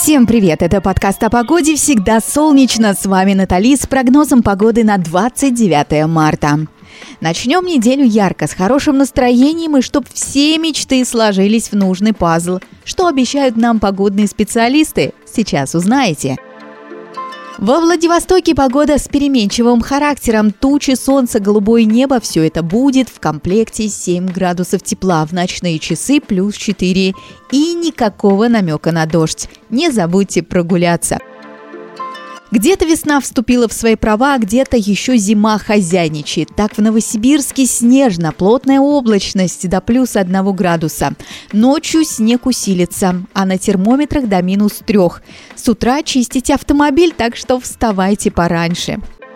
Всем привет! Это подкаст о погоде «Всегда солнечно». С вами Натали с прогнозом погоды на 29 марта. Начнем неделю ярко, с хорошим настроением и чтоб все мечты сложились в нужный пазл. Что обещают нам погодные специалисты? Сейчас узнаете. Во Владивостоке погода с переменчивым характером. Тучи, солнце, голубое небо – все это будет в комплекте 7 градусов тепла, в ночные часы плюс 4. И никакого намека на дождь. Не забудьте прогуляться. Где-то весна вступила в свои права, а где-то еще зима хозяйничает. Так в Новосибирске снежно, плотная облачность до плюс 1 градуса. Ночью снег усилится, а на термометрах до минус 3. С утра чистите автомобиль, так что вставайте пораньше.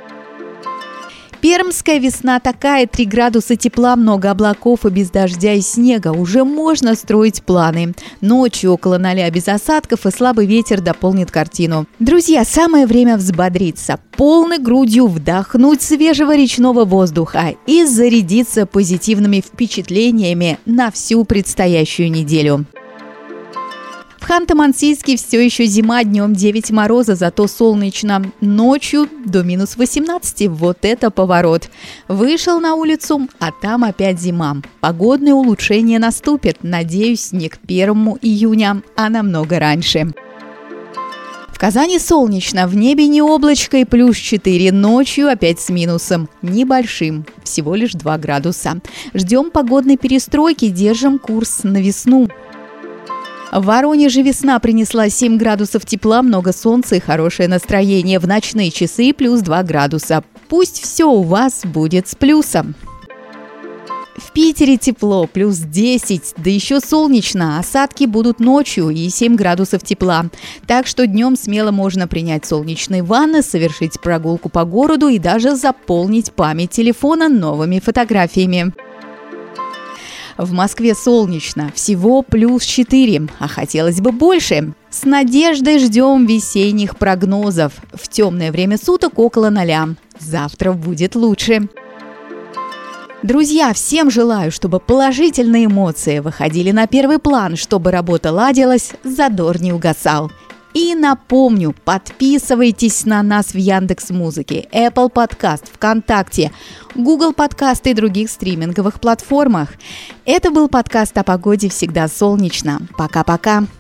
Пермская весна такая, 3 градуса тепла, много облаков и без дождя и снега. Уже можно строить планы. Ночью около 0 без осадков и слабый ветер дополнит картину. Друзья, самое время взбодриться, полной грудью вдохнуть свежего речного воздуха и зарядиться позитивными впечатлениями на всю предстоящую неделю. В Ханты-Мансийске все еще зима, днем 9 мороза, зато солнечно. Ночью до минус 18. Вот это поворот. Вышел на улицу, а там опять зима. Погодные улучшения наступят. Надеюсь, не к 1 июня, а намного раньше. В Казани солнечно, в небе не облачко и плюс 4. Ночью опять с минусом. Небольшим, всего лишь 2 градуса. Ждем погодной перестройки, держим курс на весну. В Воронеже весна принесла 7 градусов тепла, много солнца и хорошее настроение. В ночные часы плюс 2 градуса. Пусть все у вас будет с плюсом. В Питере тепло, плюс 10, да еще солнечно. Осадки будут ночью и 7 градусов тепла. Так что днем смело можно принять солнечные ванны, совершить прогулку по городу и даже заполнить память телефона новыми фотографиями. В Москве солнечно, всего плюс 4, а хотелось бы больше. С надеждой ждем весенних прогнозов. В темное время суток около 0. Завтра будет лучше. Друзья, всем желаю, чтобы положительные эмоции выходили на первый план, чтобы работа ладилась, задор не угасал. И напомню, подписывайтесь на нас в Яндекс.Музыке, Apple Podcast, ВКонтакте, Google Подкасты и других стриминговых платформах. Это был подкаст о погоде «Всегда солнечно». Пока-пока.